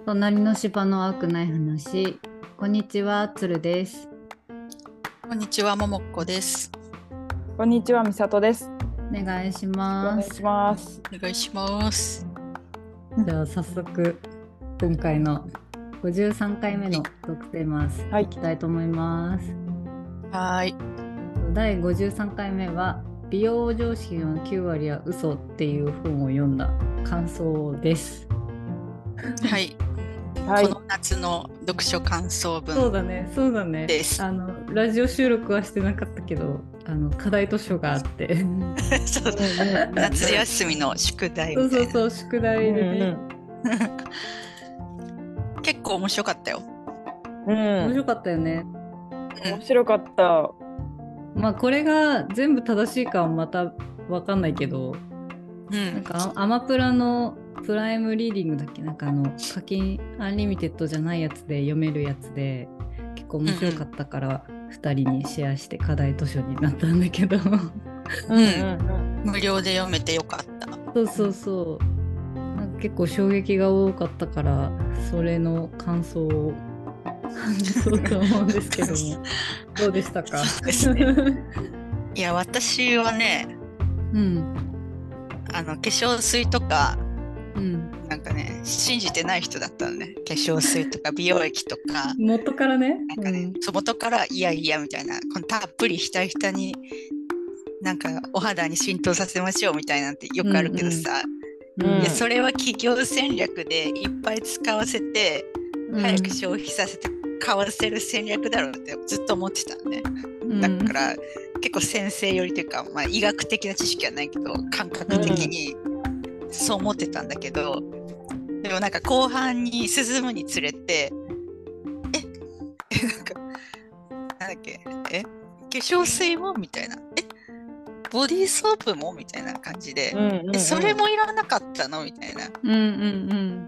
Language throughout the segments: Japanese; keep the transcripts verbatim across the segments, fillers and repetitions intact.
隣の芝の青くない話。こんにちは、つるです。 こんにちは、ももっこです。 こんにちは、みさとです。 お願いしおます。 願いします。 お願いします。 じゃあ早速今回のごじゅうさんかいめのトークテーマはいいきたいと思います。 はーい。 だいごじゅうさんかいめは美容常識のきゅうわりは嘘っていう本を読んだ感想です。 はい。 はい。 この夏の読書感想文。 そうだね、そうだね。 ですあのラジオ収録はしてなかったけど、あの課題図書があって。 そう夏休みの宿題そうみたいな。 そうそう、宿題でね。 結構面白かったよ。 うん。 面白かったよね。 面白かった。 まあこれが全部正しいかはまた分かんないけど、 うん、 なんかアマプラのプライムリーディングだっけ、なんかあの課金アンリミテッドじゃないやつで読めるやつで結構面白かったからふたりにシェアして課題図書になったんだけどうんうん無料で読めてよかった。 そうそうそう、なんか結構衝撃が多かったからそれの感想を話そうと思うんですけどもどうでしたか？ そうですね。いや私はね、 うんあの化粧水とかうんなんかね信じてない人だったのね。化粧水とか美容液とか元からね、 なんかね、 うん、 そう元からいやいやみたいな、このたっぷりひたひたになんかお肌に浸透させましょうみたいなんてよくあるけどさ、 うんうんいやそれは企業戦略でいっぱい使わせて、 うん、 早く消費させて買わせる戦略だろうってずっと思ってたのね、 うん、 だから結構先生寄りというか、まあ、医学的な知識はないけど感覚的にそう思ってたんだけど、うん、でもなんか後半に進むにつれてえなんかなんだっけえ化粧水もみたいな、えボディーソープもみたいな感じで、うんうんうん、えそれもいらなかったのみたいな、 うんうんうん、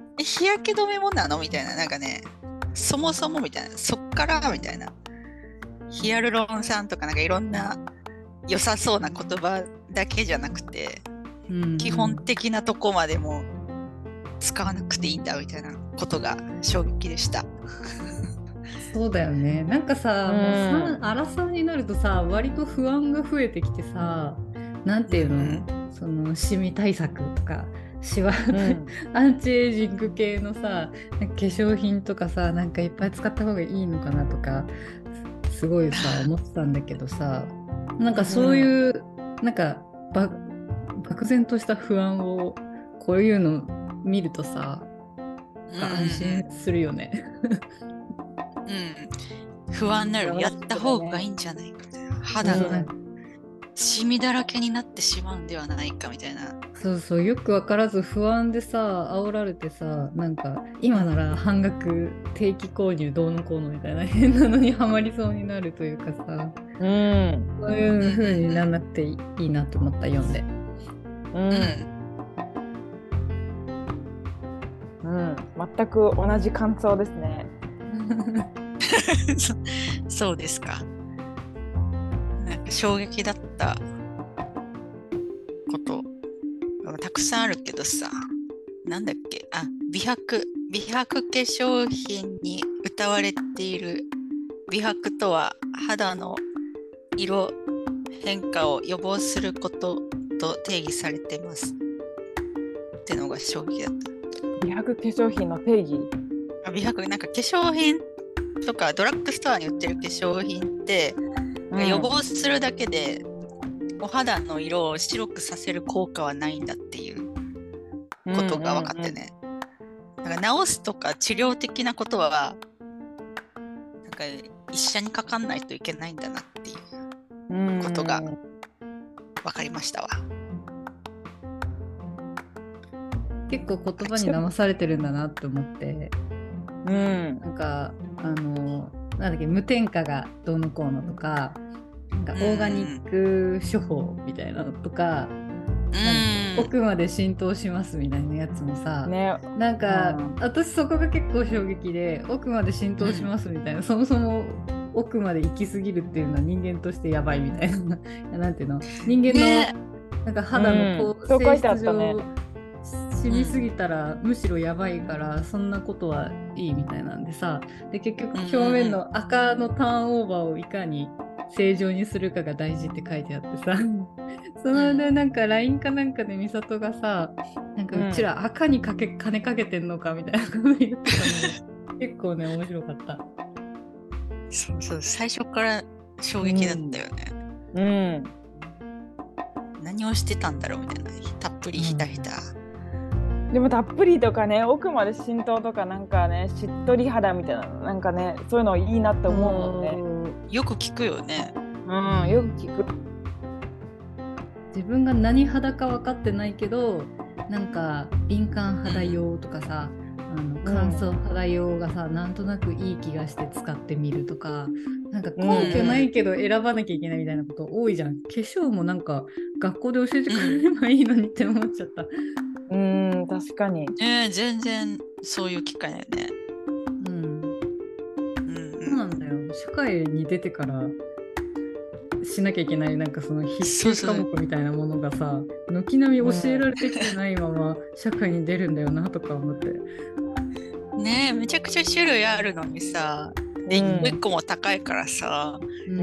え日焼け止めもなのみたいな、なんかねそもそもみたいな、そっからみたいな、ヒアルロン酸とかなんかいろんな良さそうな言葉だけじゃなくて、うんうん、基本的なとこまでも使わなくていいんだみたいなことが衝撃でした。 そうだよね。なんかさ、うん、もうさアラサーになるとさ割と不安が増えてきてさ、なんていうの、うん、そのシミ対策とかシワ、うん、アンチエイジング系のさ化粧品とかさ、なんかいっぱい使った方がいいのかなとかすごいさ思ってたんだけどさ、なんかそういう、うん、なんか漠然とした不安をこういうの見るとさ、安心するよね。 うん、不安になる。やった方がいいんじゃないかみたいな、肌がシミだらけになってしまうんではないかみたいな。 そうそう、よく分からず不安でさ煽られてさ、なんか今なら半額定期購入どうのこうのみたいな変なのにハマりそうになるというかさ、うん、そういう風にならなくていいなと思った、読んで。 うん、うん、全く同じ感想ですね。 そ, そうですか。なんか衝撃だったことたくさんあるけどさ、なんだっけ、あ、美白美白化粧品に謳われている美白とは肌の色変化を予防することと定義されてますってのが衝撃だった。 美白化粧品の定義、 美白なんか化粧品とかドラッグストアに売ってる化粧品って、うん、予防するだけでお肌の色を白くさせる効果はないんだっていうことが分かってね、うんうんうん、なんか治すとか治療的なことはなんか一緒にかかんないといけないんだなっていうことが分かりましたわ。 結構言葉に騙されてるんだなって思って、うん、なんかあのなんだっけ、無添加がどうのこうのとか、なんかオーガニック処方みたいなのとか、うん、奥まで浸透しますみたいなやつもさ、ね、なんか、うん、私そこが結構衝撃で、奥まで浸透しますみたいな、うん、そもそも奥まで行き過ぎるっていうのは人間としてやばいみたいななんていうの、人間の、ね、なんか肌のこう、うん、性質上、 染みすぎたらむしろやばいからそんなことはいいみたいなんでさ、で結局表面の赤のターンオーバーをいかに正常にするかが大事って書いてあってさそのでなんか ライン かなんかで美里がさ、なんかうちら赤にかけ金かけてんのかみたいなこと言ってたの結構ね面白かった。 そうそう、最初から衝撃だったよね。 うん、うん、 何をしてたんだろうみたいな、たっぷりひたひた、 うん、でもたっぷりとかね、奥まで浸透とかなんかね、しっとり肌みたいな、なんかね、そういうのいいなって思うもんね。 よく聞くよね。 うん、よく聞く。 自分が何肌か分かってないけど、なんか敏感肌用とかさ、うん、あの乾燥肌用がさ、なんとなくいい気がして使ってみるとか、なんか根拠ないけど選ばなきゃいけないみたいなこと多いじゃん。化粧もなんか学校で教えてくれればいいのにって思っちゃった。 うん、確かに。 ね、全然そういう機会だよね。 うん。 うん、 そうなんだよ。社会に出てからしなきゃいけないなんかその必修科目みたいなものがさ、軒並み教えられてきてないまま社会に出るんだよなとか思って。 ねえ、めちゃくちゃ種類あるのにさ、で、一個一個も高いからさ、 うん、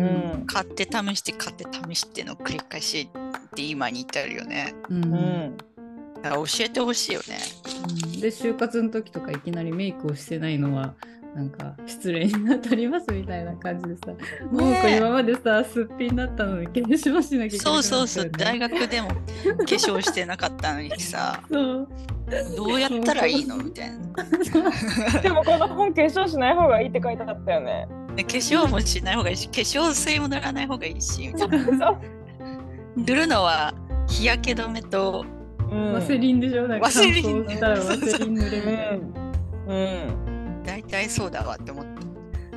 買って試して買って試しての繰り返しって今に至るよね。 うん。うん、 だから教えてほしいよね。 うん、で就活の時とかいきなりメイクをしてないのはなんか失礼に当たりますみたいな感じでさ、もう今までさすっぴんだったのに化粧しなきゃいけない、ね、 そうそうそう、大学でも化粧してなかったのにさそうどうやったらいいのみたいなでもこの本化粧しない方がいいって書いてあったよね。 化粧もしない方がいいし、化粧水も塗らない方がいいしみたいな塗るのは日焼け止めと、 うん、ワセリンでしょ。なんかワセリンしたらワセリン塗れる、 うん、うん、 大体そうだわって思った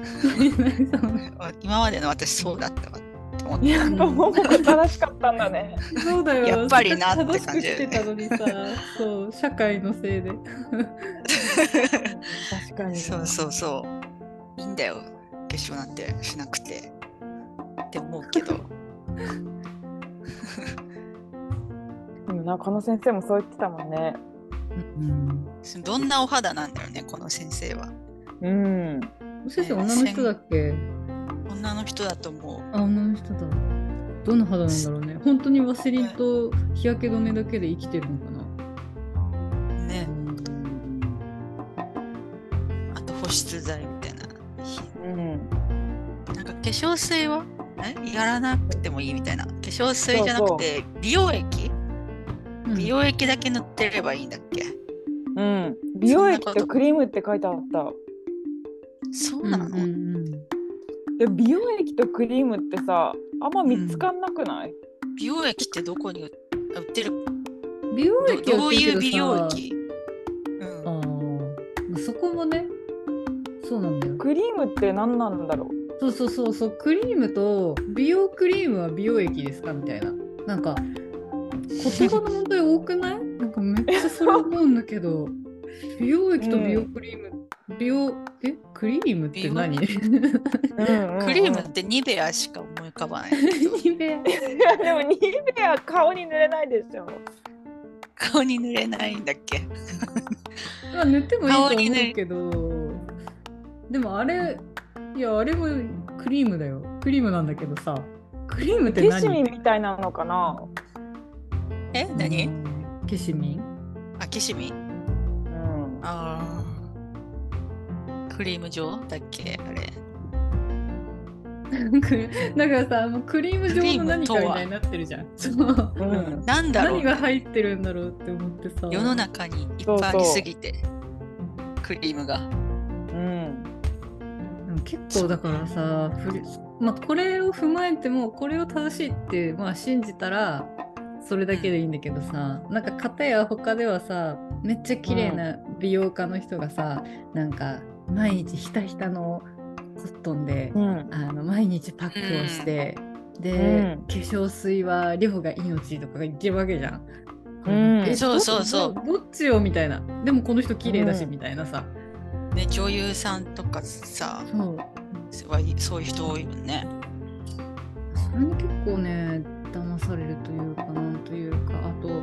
今までの私そうだったわって思った。 やっぱもう正しかったんだね。 そうだよ、 やっぱりなって感じ。 正しくしてたのにさそう社会のせいで確かに。 そうそうそう、いいんだよ化粧なんてしなくてって思うけどでもな、この先生もそう言ってたもんね。 うん、 どんなお肌なんだろうねこの先生は。 うん。 先生、女の人だっけ？ 女の人だと思う。 あ、女の人だ。どんな肌なんだろうね。本当にワセリンと日焼け止めだけで生きてるのかな。 ね。あと保湿剤みたいな。うん。なんか化粧水はえやらなくてもいいみたいな。化粧水じゃなくて美容液？うん、美容液だけ塗ってればいいんだっけ？ うん。美容液とクリームって書いてあった。 そうなの？うんうんうん、 で美容液とクリームってさ、あんま見つかんなくない？ うん、美容液ってどこに売ってる？ 美容液ど, どういう美容液？ うん、あそこもね、そうなんだよ。 クリームって何なんだろう？そうそうそうそう、クリームと美容クリームは美容液ですかみたいな。なんか言葉の問題多くない？なんかめっちゃそれ思うんだけど美容液と美容クリーム、うん、美容えクリームって何？クリームってニベアしか思い浮かばないニベアでもニベア顔に塗れないでしょ。 顔に塗れないんだっけ？ まあ塗ってもいいと思うけど、でもあれいやあれもクリームだよ。クリームなんだけどさ、クリームって何？ ケシミンみたいなのかな。 え何？ ケシミン？ あケシミン？うん。ああ。クリーム状だっけあれ。 だからさ、もうクリーム状の何かみたいになってるじゃん。そう、 うん、なんだろう、ね、 何が入ってるんだろうって思ってさ。 世の中にいっぱいありすぎてクリームが。 うん。 でも結構だからさ、まあ、これを踏まえてもこれを正しいって、まあ、信じたらそれだけでいいんだけどさ、うん、なんか片や他ではさめっちゃ綺麗な美容家の人がさ、うん、なんか毎日ひたひたのコットンで、うん、あの毎日パックをして、うん、で、うん、化粧水は量が命とか言ってるわけじゃん、 うん、そうそうそうど, どっちよみたいな。でもこの人綺麗だしみたいなさ、 ね、女優さんとかさ、そうそういう人多いもんね。 それに結構ね騙されるというかなんというか、あと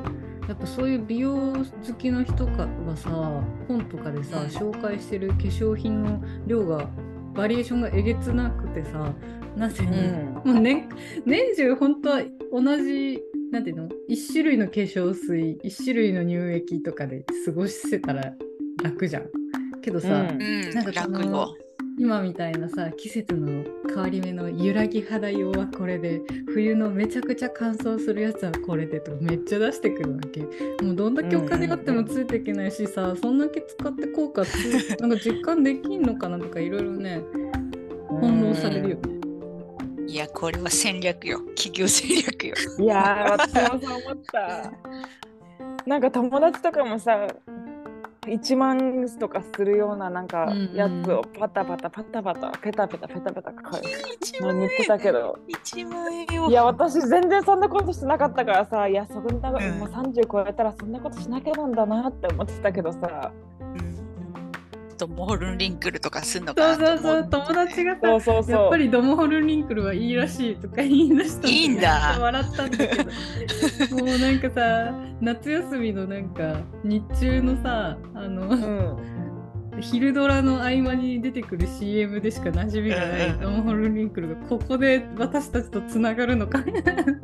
やっぱそういう美容好きの人かはさ、本とかでさ、 うん紹介してる化粧品の量がバリエーションがえげつなくてさ、なぜ、 うんもう年年中本当は同じなんていうの一種類の化粧水一種類の乳液とかで過ごしてたら楽じゃん。けどさ、 うんうん、 なんかその楽よ。 今みたいなさ季節の変わり目の揺らぎ肌用はこれで冬のめちゃくちゃ乾燥するやつはこれでとかめっちゃ出してくるわけ。もうどんだけお金あってもついていけないしさ、そんだけ使って効果つなんか実感できんのかなとかいろいろね翻弄されるよね。 いや、これは戦略よ。企業戦略よ。 いやー、私もそう思った。なんか友達とかもさ、いちまんとかするようななんかやつをパタパタパタパタペタペタペタペタ買う塗ってたけど、 いちまんえんよ。 いや私全然そんなことしてなかったからさ、いやそこにな、 うんもうさんじゅう超えたらそんなことしなきゃなんだなって思ってたけどさ、 ドモホルンリンクルとかすんのかそうなと思そうそう友達がさそうそうそうやっぱりドモホルンリンクルはいいらしいとか言い出したの。 いいんだめっちゃ笑ったんだけどもうなんかさ夏休みのなんか日中のさあの、 うん、 昼ドラの合間に出てくる シーエム でしか馴染みがないうんうんドモホルンリンクルがここで私たちとつながるのかね、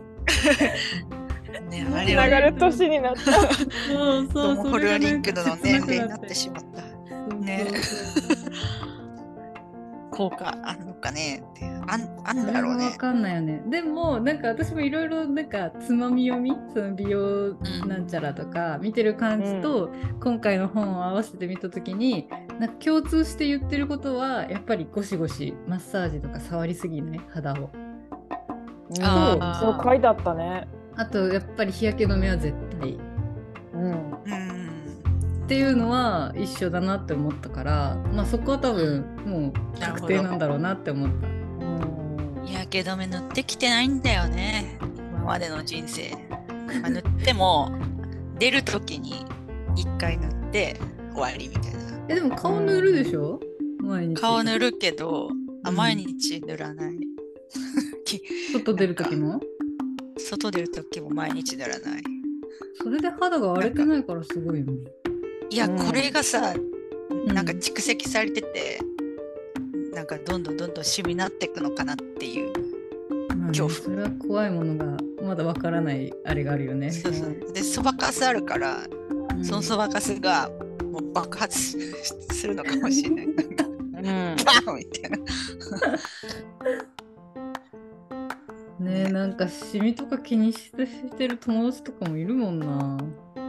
あつれはながる年になった。 そうそうドモホルンリンクルの年齢になっってしまった。 そうねそうそう効果あるのかねってあんあんそれだろうね。 は分かんないよね。でもなんか私もいろいろなんかつまみ読みその美容なんちゃらとか見てる感じと、今回の本を合わせて見た時になんか共通して言ってることはやっぱりゴシゴシマッサージとか触りすぎない肌を。 あうん、 ーそう書いてあったね。 あとやっぱり日焼け止めは絶対。 うん、 うんっていうのは一緒だなって思ったから、まあ、そこは多分もう確定なんだろうなって思った。 うん日焼け止め塗ってきてないんだよね、今までの人生。まあ、塗っても出るときにいっかい塗って終わりみたいな。 えでも顔塗るでしょ毎日。 顔塗るけど、あうん毎日塗らない。 外出る時も外出るときも毎日塗らない。 それで肌が荒れてないからすごいよね。 いや、 うんこれがさ、 んなんか蓄積されてて、なんかどんどんどんどんシミになっていくのかなっていう。 まあね恐怖それは怖いものがまだわからないあれがあるよね。 そうそうで、そばかすあるから、 うんそのそばかすがもう爆発するのかもしれない。なんかうんバーンみたいな。 ねえなんかシミとか気にしてしてる友達とかもいるもんな。 うん、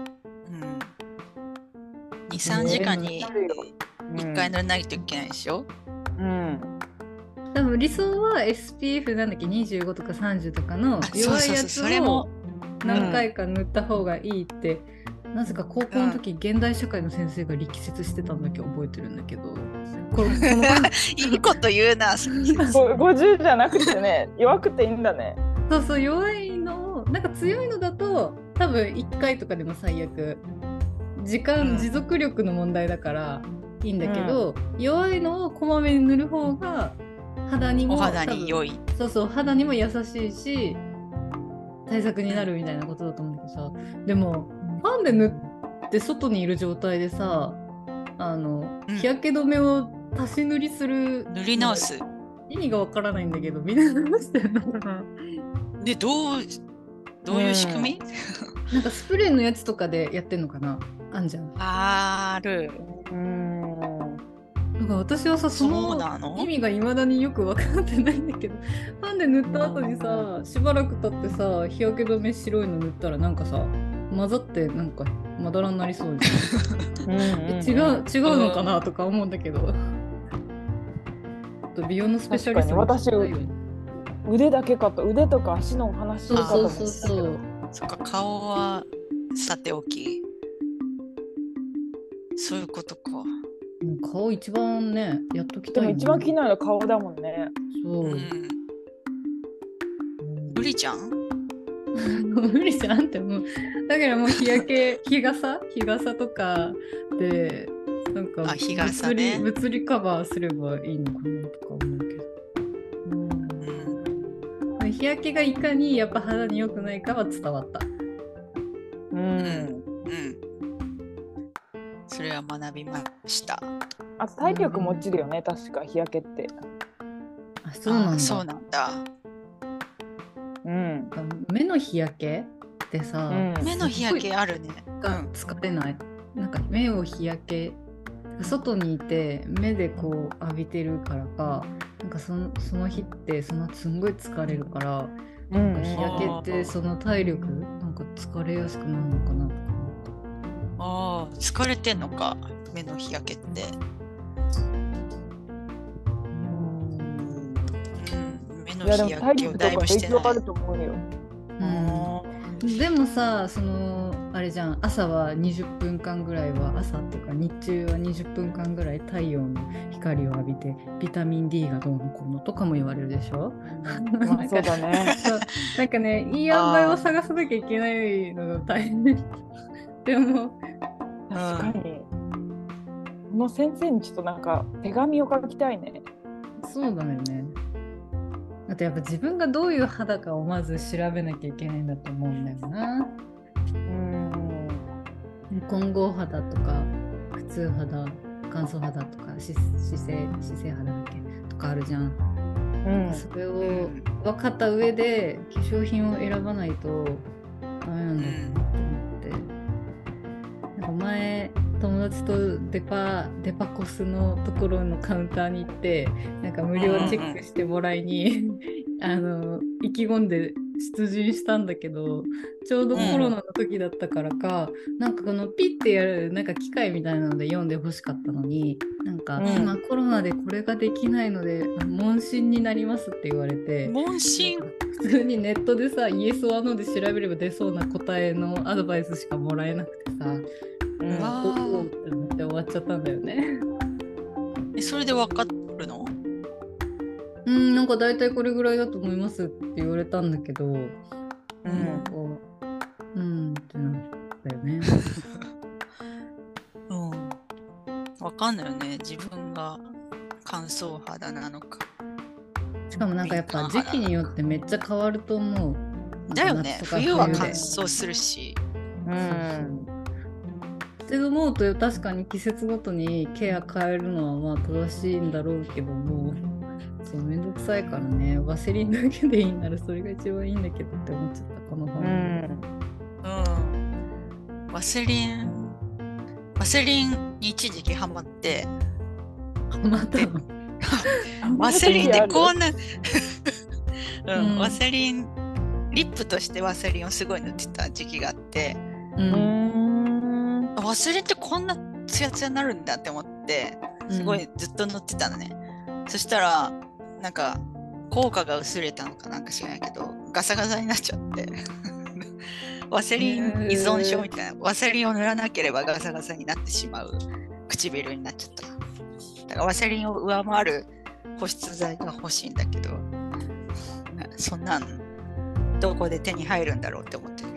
に、さんじかんにいっかい塗らないといけないでしょ。 うん多分理想は エスピーエフ なんだっけにじゅうごとかさんじゅうとかのあそうそうそう弱いやつをそれも何回か塗った方がいいって、なぜか高校の時、現代社会の先生が力説してたんだけど覚えてるんだけどこれこのいいこと言うな。それごごじゅうじゃなくてね、弱くていいんだね。 そうそう弱いのをなんか強いのだと多分いっかいとかでも最悪時間、 うん持続力の問題だからいいんだけど、弱いのをこまめに塗る方が肌にもお肌に良いい。 そうそう肌にも優しいし対策になるみたいなことだと思うんだけどさ、でもファンで塗って外にいる状態でさあの、 うん日焼け止めを足し塗りする塗り直す。 意味がわからないんだけどみんな塗してるのかな。 で、どう、どういう仕組み、 なんかスプレーのやつとかでやってんのかなあんじゃん。 ある。 うんなんか私はさそそうのなの意味が未だによく分かってないんだけどファンで塗った後にさしばらく経ってさ日焼け止め白いの塗ったらなんかさ混ざってなんかまだらになりそうじゃん。え違う違うのかなとか思うんだけど、美容のスペシャリストに聞きたいよね。 腕だけかと、腕とか足の話そうかとそう思ったけど。 そうそうそっか、顔はさておき。そういうことか。 もう顔一番ねやっときたい、ね、 でも一番気になるのは顔だもんね。 そうう、 ん。無理じゃん。 無理じゃんってもうだからもう日焼け日傘日傘とかでなんかあ日傘物理ね物理カバーすればいいのかなとか思うけど、 うん。 日焼けがいかにやっぱ肌に良くないかは伝わった。 うんうんそれは学びました。 あと体力も落ちるよね、うん、確か日焼けって。 あ、そうなんだ。 あ、そうなんだ。 うん。 目の日焼けってさ、 うん、目の日焼けあるね。 が疲れない、うん、なんか目を日焼け外にいて目でこう浴びてるからかなんかその、その日ってそのすんごい疲れるから、うん、なんか日焼けってその体力なんか疲れやすくなるのかなとか。 ああ、疲れてんのか目の日焼けって。 いやでも体力とか影響あると思うよ。 うん、でもさ、そのあれじゃん、朝はにじゅっぷんかんぐらいは朝っていうか日中はにじゅっぷんかんぐらい太陽の光を浴びてビタミン D がどうのこうのとかも言われるでしょ。 まあそうだね。 なんかね、いい塩梅を探さなきゃいけないのが大変。でも確かにこの先生にちょっとなんか手紙を書きたいね。 そうだよね。あとやっぱ自分がどういう肌かをまず調べなきゃいけないんだと思うんだよな。うん混合肌とか普通肌乾燥肌とか姿勢姿勢肌だっけとかあるじゃん、うん、それを分かった上で化粧品を選ばないとダメなんだろうなと思って、なんか前友達とデパデパコスのところのカウンターに行ってなんか無料チェックしてもらいにあの意気込んで出陣したんだけど、ちょうどコロナの時だったからか、うん、なんかこのピッてやるなんか機械みたいなので読んでほしかったのに、なんか、うん、今コロナでこれができないので問診になりますって言われて、 問診普通にネットでさイエス・オア・ノーで調べれば出そうな答えのアドバイスしかもらえなくてさ、うん、おおって思って終わっちゃったんだよね。 え、それで分かるの？ うん、なんか大体これぐらいだと思いますって言われたんだけど、うん、なんかうんってなったよね。 うん、分かんないよね、自分が乾燥肌なのか。 しかもなんかやっぱ時期によってめっちゃ変わると思う。 だよね、冬は乾燥するし。うん。 って思うと確かに季節ごとにケア変えるのはまあ正しいんだろうけども。そうめんどくさいからね、ワセリンだけでいいならそれが一番いいんだけどって思っちゃったこの本。うん、 うん、ワセリンワセリンに一時期ハマってハマったのワセリンってこんなうん、うん、ワセリンリップとしてワセリンをすごい塗ってた時期があって、うん、ワセリンってこんなツヤツヤになるんだって思ってすごいずっと塗ってたのね、うん、そしたらなんか効果が薄れたのかなんか知らないけどガサガサになっちゃってワセリン依存症みたいな、ワセリンを塗らなければガサガサになってしまう唇になっちゃった。だからワセリンを上回る保湿剤が欲しいんだけど、そんなんどこで手に入るんだろうって思ってる。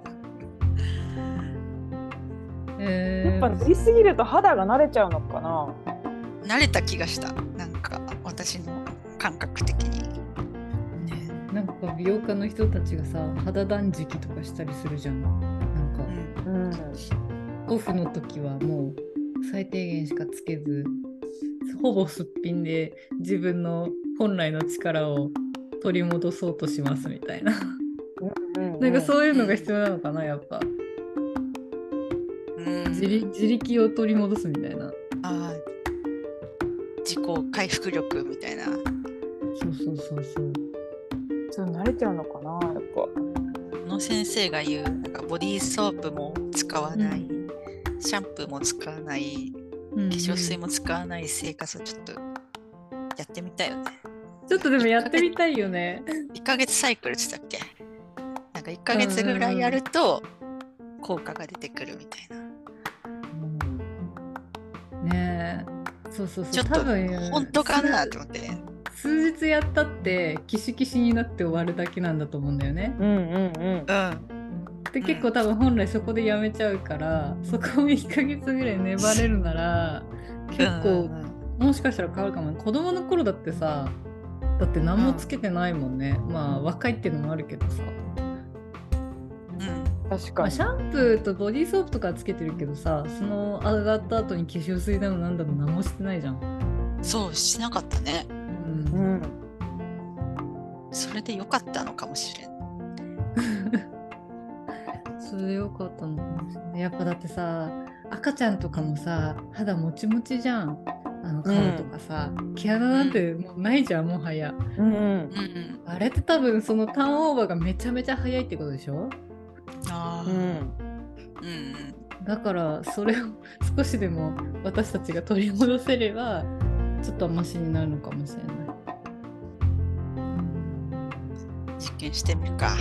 えー、やっぱ塗りすぎると肌が慣れちゃうのかな。 慣れた気がした、なんか私の感覚的に、 ね、なんか美容家の人たちがさ肌断食とかしたりするじゃん。なんか、うん、オフの時はもう最低限しかつけずほぼすっぴんで自分の本来の力を取り戻そうとしますみたいななんかそういうのが必要なのかな、やっぱ、うん、自力、自力を取り戻すみたいな。 あ、自己回復力みたいな。 そうそうそうそう。 そう慣れちゃうのかな、やっぱ。この先生が言うなんかボディーソープも使わない、うん、シャンプーも使わない、うん、化粧水も使わない生活をちょっとやってみたいよね。 ちょっとでもやってみたいよね。 いっかげつサイクルって言ったっけ？なんかいっかげつぐらいやると効果が出てくるみたいな。 うん、ねえ。そうそうそう。 ちょっと本当かなと思って。 数日やったってキシキシになって終わるだけなんだと思うんだよね。うんうんうん。で結構多分本来そこでやめちゃうから、うん、そこをいっかげつぐらい粘れるなら結構、うん、もしかしたら変わるかも。子供の頃だってさ、だって何もつけてないもんね。うん、まあ若いっていうのもあるけどさ。 うん。 まあ、 確かに。 シャンプーとボディーソープとかつけてるけどさ、その上がった後に化粧水でもなんだも何もしてないじゃん。 そうしなかったね。 う。 うんん。 それで良かったのかもしれん。 それでよかったのかもしれない。やっぱだってさ、赤ちゃんとかもさ、肌もちもちじゃん。あの顔とかさ、毛穴なんてもうないじゃん、もはや。 うんうん。 うんうん。 あれって多分そのターンオーバーがめちゃめちゃ早いってことでしょ。 ああ。 うん。 うんうん。 だからそれを少しでも私たちが取り戻せればちょっとマシになるのかもしれない。 実験してみるか。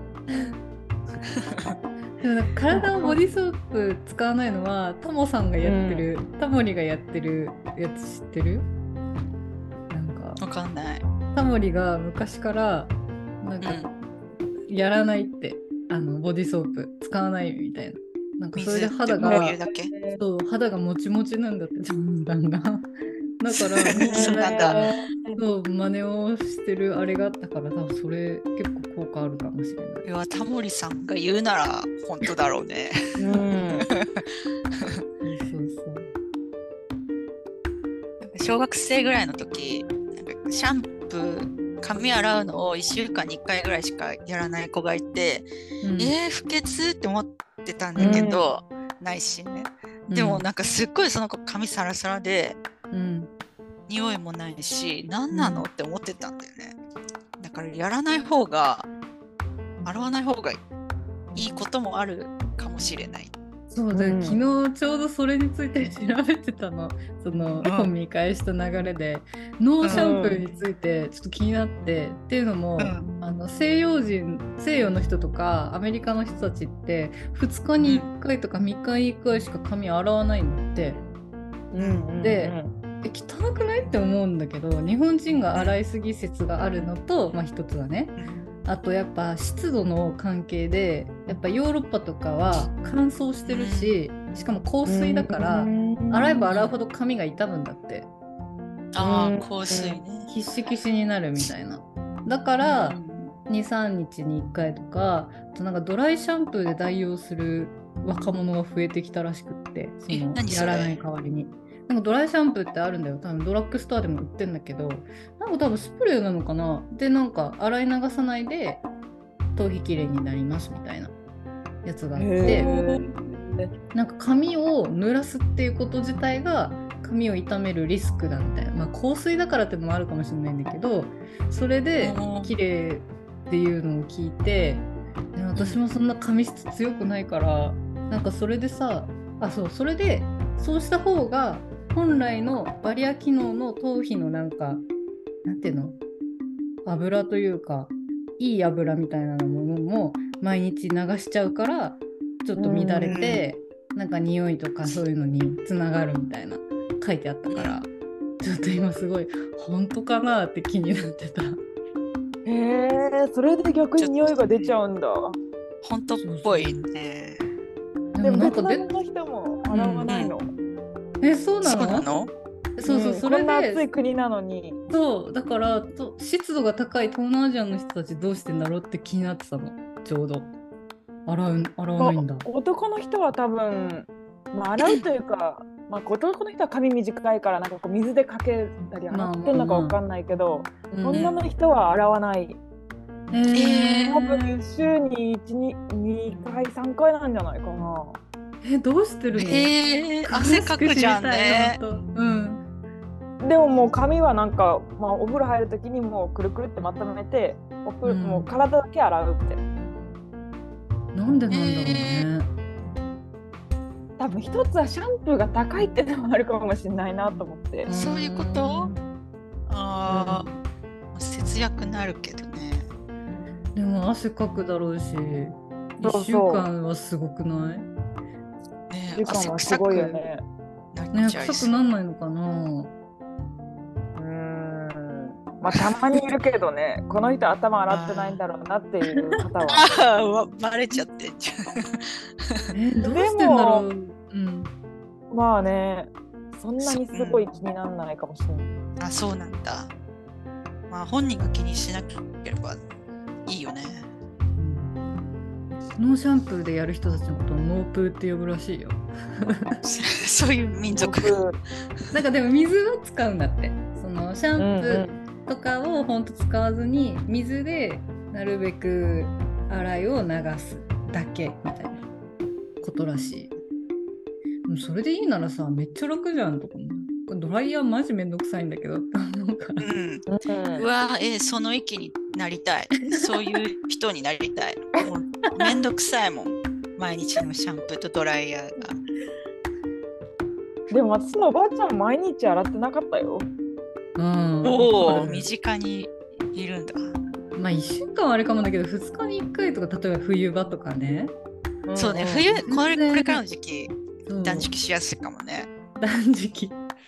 でもなんか体をボディーソープ使わないのはタモさんがやってる、タモリがやってるやつ知ってる？なんかわかんない。 タモリが昔からなんかうん。 やらないって、あのボディーソープ使わないみたいな。なんかそれで水ってこう肌がいうだけ。 そう肌がもちもちなんだってだんだんだんだからみんそうなんだなそう真似をしてるあれがあったから多分それ結構効果あるかもしれない。 いや、タモリさんが言うなら本当だろうね。 うん。 そうそう小学生ぐらいの時、なんかシャンプー、髪洗うのをいっしゅうかんにいっかいぐらいしかやらない子がいて、 そう、うんえー、不潔って思ってたんだけど、ないしね。でもなんかすっごいその子髪サラサラで、 うん匂いもないし、何なのって思ってたんだよね。だからやらない方が、洗わない方がいいこともあるかもしれない。 そうだ、 うん昨日ちょうどそれについて調べてたの。その本見返した流れで、ノーシャンプーについてちょっと気になって、っていうのも、 うんあの西洋人西洋の人とかアメリカの人たちってふつかにいっかいとかみっかにいっかいしか髪洗わないんだって。 うん。 でえ汚くないって思うんだけど、日本人が洗いすぎ説があるのと、まあ一つはね、あとやっぱ湿度の関係でやっぱヨーロッパとかは乾燥してるし、しかも香水だから洗えば洗うほど髪が傷むんだって。 ああ、香水ね。 キシキシになるみたいな。だからにさんにちにいっかいとか、あとなんかドライシャンプーで代用する若者が増えてきたらしくって、その何それやらない代わりに。なんかドライシャンプーってあるんだよ。多分ドラッグストアでも売ってんだけど、なんか多分スプレーなのかな。で、なんか洗い流さないで頭皮きれいになりますみたいなやつがあって、 へなんか髪を濡らすっていうこと自体が髪を傷めるリスクだみたいな。まあ香水だからってのもあるかもしれないんだけど、それで綺麗っていうのを聞いて、で私もそんな髪質強くないから、なんかそれでさ、あ、そう、それでそうした方が本来のバリア機能の頭皮のなんかなんていうの、油というかいい油みたいなものも毎日流しちゃうからちょっと乱れて、なんか匂いとかそういうのにつながるみたいな書いてあったから、ちょっと今すごい本当かなって気になってた。 え、へえ、それで逆に匂いが出ちゃうんだ。 本当っぽいね。 でもでもなんかべベトナムの人も洗わないの。 え、そうなそうの？ なの？ そうそう、 んそれこんな暑でい国なのに。 そうだからと湿度が高い東南アジアの人たちどうしてんだろうって気になってたの。ちょうど洗う洗わないんだ。 まあ男の人は多分、まあ、洗うというか、まあ、男の人は髪短いからなんかこう水でかけたり洗ってるのかわかんないけど、 うん女の人は洗わない。 えーえー多分週にいち、に、にかい、さんかいなんじゃないかな。 え、どうしてるの？ えー、汗かくじゃんね。 うんでももう髪はなんか、まあ、お風呂入るときにもうくるくるってまとめてお風呂、 うんもう体だけ洗うって。 なんでなんだろうね。 多分一つはシャンプーが高いってのもあるかもしれないなと思って。 そういうこと？ああ、節約になるけどね。 でも汗かくだろうし、 そうそういっしゅうかんはすごくない？ ね時間はすごいよね。 なね、 っちゃい臭くそう。 なんないのかな。 うーん。まあたまにいるけどね、この人頭洗ってないんだろうなっていう方は。 ああ、わバレちゃってんじえ、どうしてんだろう。うん。 まあね、そんなにすごい気にならないかもしれない。 ゃん。あ、そうなんだ。まあ本人が気にしなければいいよね。 ノーシャンプーでやる人たちのことをノープーって呼ぶらしいよ。 そういう民族。 なんかでも水は使うんだって。そのシャンプーとかをほんと使わずに水でなるべく洗いを流すだけみたいなことらしい。でもそれでいいならさ、めっちゃ楽じゃんとかね。ドライヤーマジめんどくさいんだけど。なんかうん、うわえー、その域になりたい。そういう人になりたい。もうめんどくさいもん。毎日のシャンプーとドライヤーが。 でも私のおばあちゃん毎日洗ってなかったよ。 うん、 おお、身近にいるんだ。 まあいっしゅうかんはあれかもだけど、ふつかにいっかいとか、例えば冬場とかね。 うん、そうね、冬これ、これからの時期、断食しやすいかもね。 断食。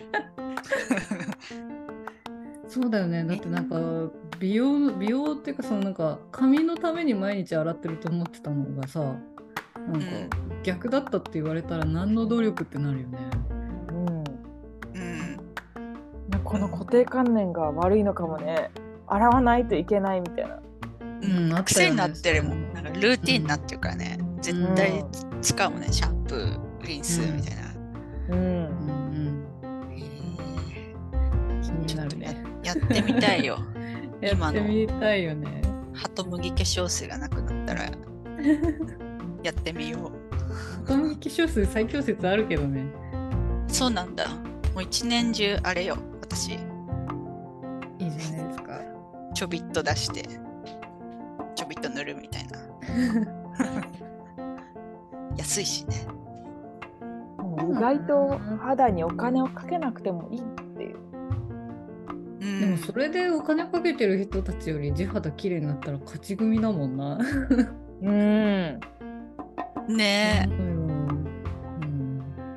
そうだよね。だってなんか美容美容っていうか、そのなんか髪のために毎日洗ってると思ってたのがさ、なんか逆だったって言われたら何の努力ってなるよね。 うん。うん。この固定観念が悪いのかもね。洗わないといけないみたいな。 うん、ね、癖になってるもん。なんかルーティンになってるからね。うん、絶対使うもんね、シャンプー、リンスみたいな。うん。うんうん気になるね。 やってみたいよ。 今のやってみたいよね。 ハトムギ化粧水がなくなったらやってみよう。 ハトムギ化粧水最強説あるけどね。 そうなんだ。もう一年中あれよ、私。 いいじゃないですか。 ちょびっと出してちょびっと塗るみたいな。安いしね。 意外と肌にお金をかけなくてもいいっていう。 うん、でもそれでお金かけてる人たちより地肌綺麗になったら勝ち組だもんな。 うん。 ねえ。 うん、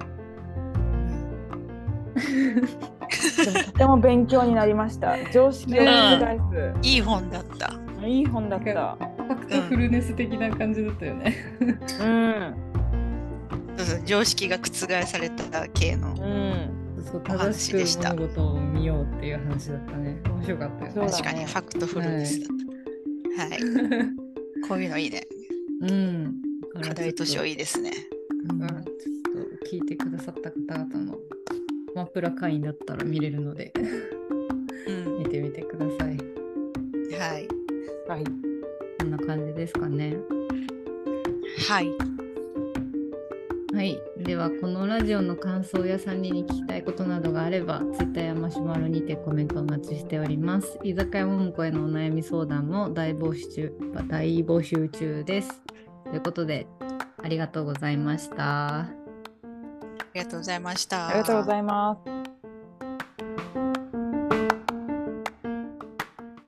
でもとても勉強になりました。常識を覆す、 うん。いい本だった。 いい本だった。 ファクトフルネス的な感じだったよね。 うん。 そうそう、常識が覆された系の。うん。 そう、正しく物事を見ようっていう話だったね。面白かったよね。 確かにファクトフルネスだった。はい。はい、こういうのいいね。 うん。 課題図書いいですね。 うん。ちょっと聞いてくださった方々のマプラ会員だったら見れるので、うん、見てみてください。 はい。 はい。 こんな感じですかね。 はい。 はい、ではこのラジオの感想やさんにんに聞きたいことなどがあれば Twitter やマシュマロにてコメントお待ちしております。居酒屋ももこへのお悩み相談も大募集、大募集中です。ということでありがとうございました。 ありがとうございました。 ありがとうございます。